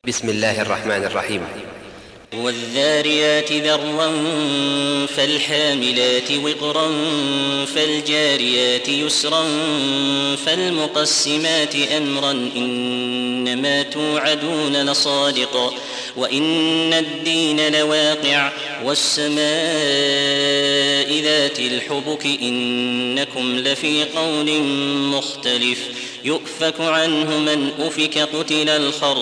بسم الله الرحمن الرحيم. والذاريات ذروا فالحاملات وقرا فالجاريات يسرا فالمقسمات أمرا إنما توعدون لصادق وإن الدين لواقع والسماء ذات الحبك إنكم لفي قول مختلف يؤفك عنه من أفك قتل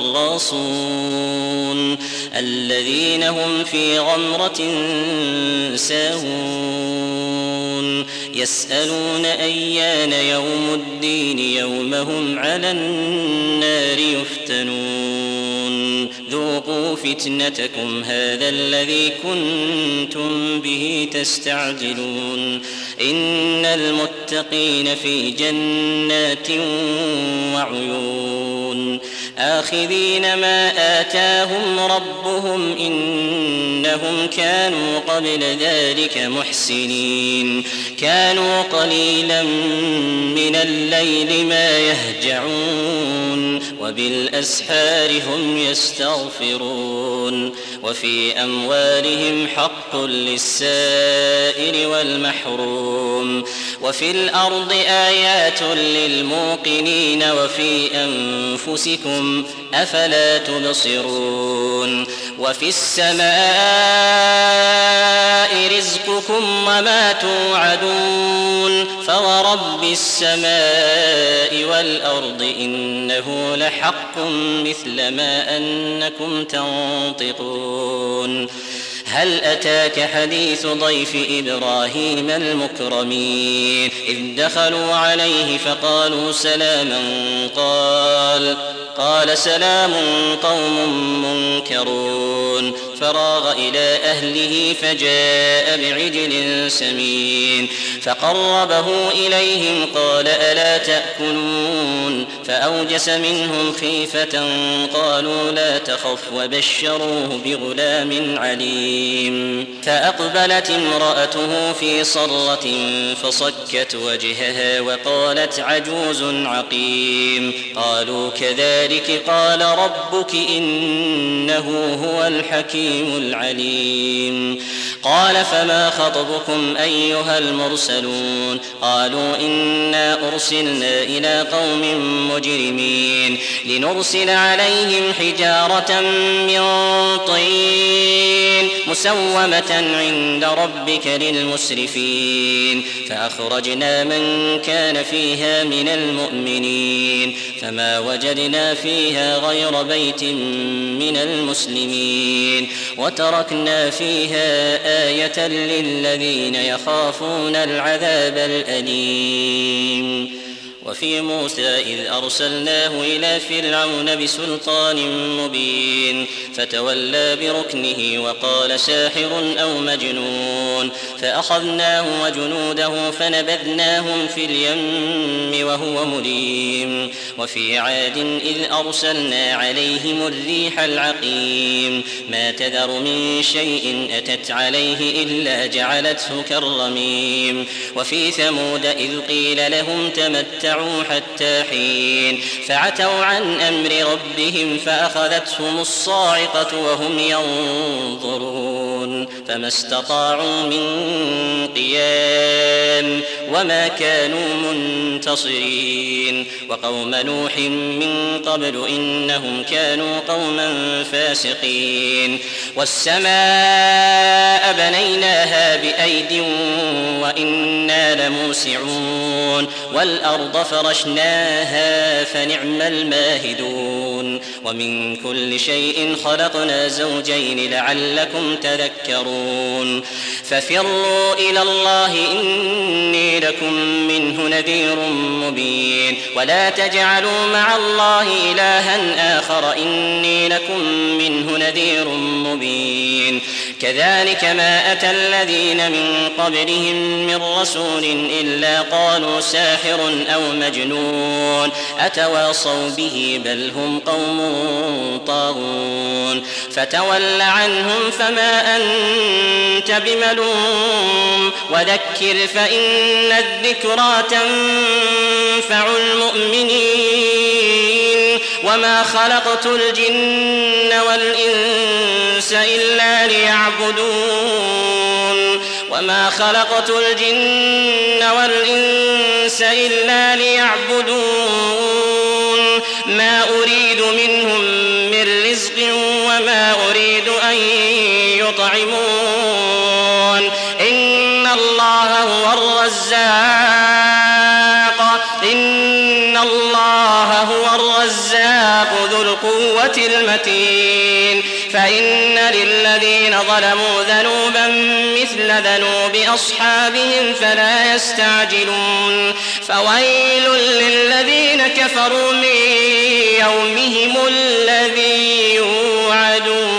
الخراصون الذين هم في غمرة ساهون يسألون أيان يوم الدين يوم هم على النار يفتنون ذوقوا فتنتكم هذا الذي كنتم به تستعجلون إن المتقين في جنات وعيون آخذين ما آتاهم ربهم إنهم كانوا قبل ذلك محسنين كانوا قليلا من الليل ما يهجعون وبالأسحار هم يستغفرون وفي أموالهم حق للسائل والمحروم وفي الأرض آيات للموقنين وفي أنفسكم أفلا تبصرون وفي السماء رزقكم وما توعدون فورب السماء والأرض إنه لحق مثل ما أنكم تنطقون هل أتاك حديث ضيف إبراهيم المكرمين إذ دخلوا عليه فقالوا سلاما قال سلام قوم منكرون فراغ إلى أهله فجاء بعجل سمين فقربه إليهم قال ألا تأكلون فأوجس منهم خيفة قالوا لا تخف وبشروه بغلام عليم فأقبلت امرأته في صرة فصكت وجهها وقالت عجوز عقيم قالوا كذلك قال ربك إنه هو الحكيم العليم قال فما خطبكم أيها المرسلون قالوا إنا أرسلنا إلى قوم مجرمين لنرسل عليهم حجارة من طين مسومة عند ربك للمسرفين فأخرجنا من كان فيها من المؤمنين فما وجدنا فيها غير بيت من المسلمين وتركنا فيها آية للذين يخافون العذاب الأليم وفي موسى إذ أرسلناه إلى فرعون بسلطان مبين فتولى بركنه وقال ساحر أو مجنون فأخذناه وجنوده فنبذناهم في اليم وهو مليم وفي عاد إذ أرسلنا عليهم الريح العقيم ما تذر من شيء أتت عليه إلا جعلته كالرميم وفي ثمود إذ قيل لهم تمتعوا حتى حين فعتوا عن أمر ربهم فأخذتهم الصاعقة وهم ينظرون فما استطاعوا من قيام وما كانوا منتصرين وقوم نوح من قبل إنهم كانوا قوما فاسقين والسماء بنيناها بأيد وإنا لموسعون والأرض فرشناها فنعم الماهدون ومن كل شيء خلقنا زوجين لعلكم تذكرون ففروا إلى الله إني لكم منه نذير مبين ولا تجعلوا مع الله إلها آخر إني لكم منه نذير مبين كذلك ما أتى الذين من قبلهم من رسول إلا قالوا ساحر أو مجنون أتواصوا به بل هم قوم طاغون فتول عنهم فما أنت بملوم وذكر فإن الذكرى تنفع المؤمنين وما خلقت الجن والإنس إلا ليعبدون ما أريد منهم من رزق وما أريد أن يطعمون إن الله هو الرزاق ذو القوة المتين فإن للذين ظلموا ذنوبا مثل ذنوب أصحابهم فلا يستعجلون فويل للذين كفروا من يومهم الذي يوعدون.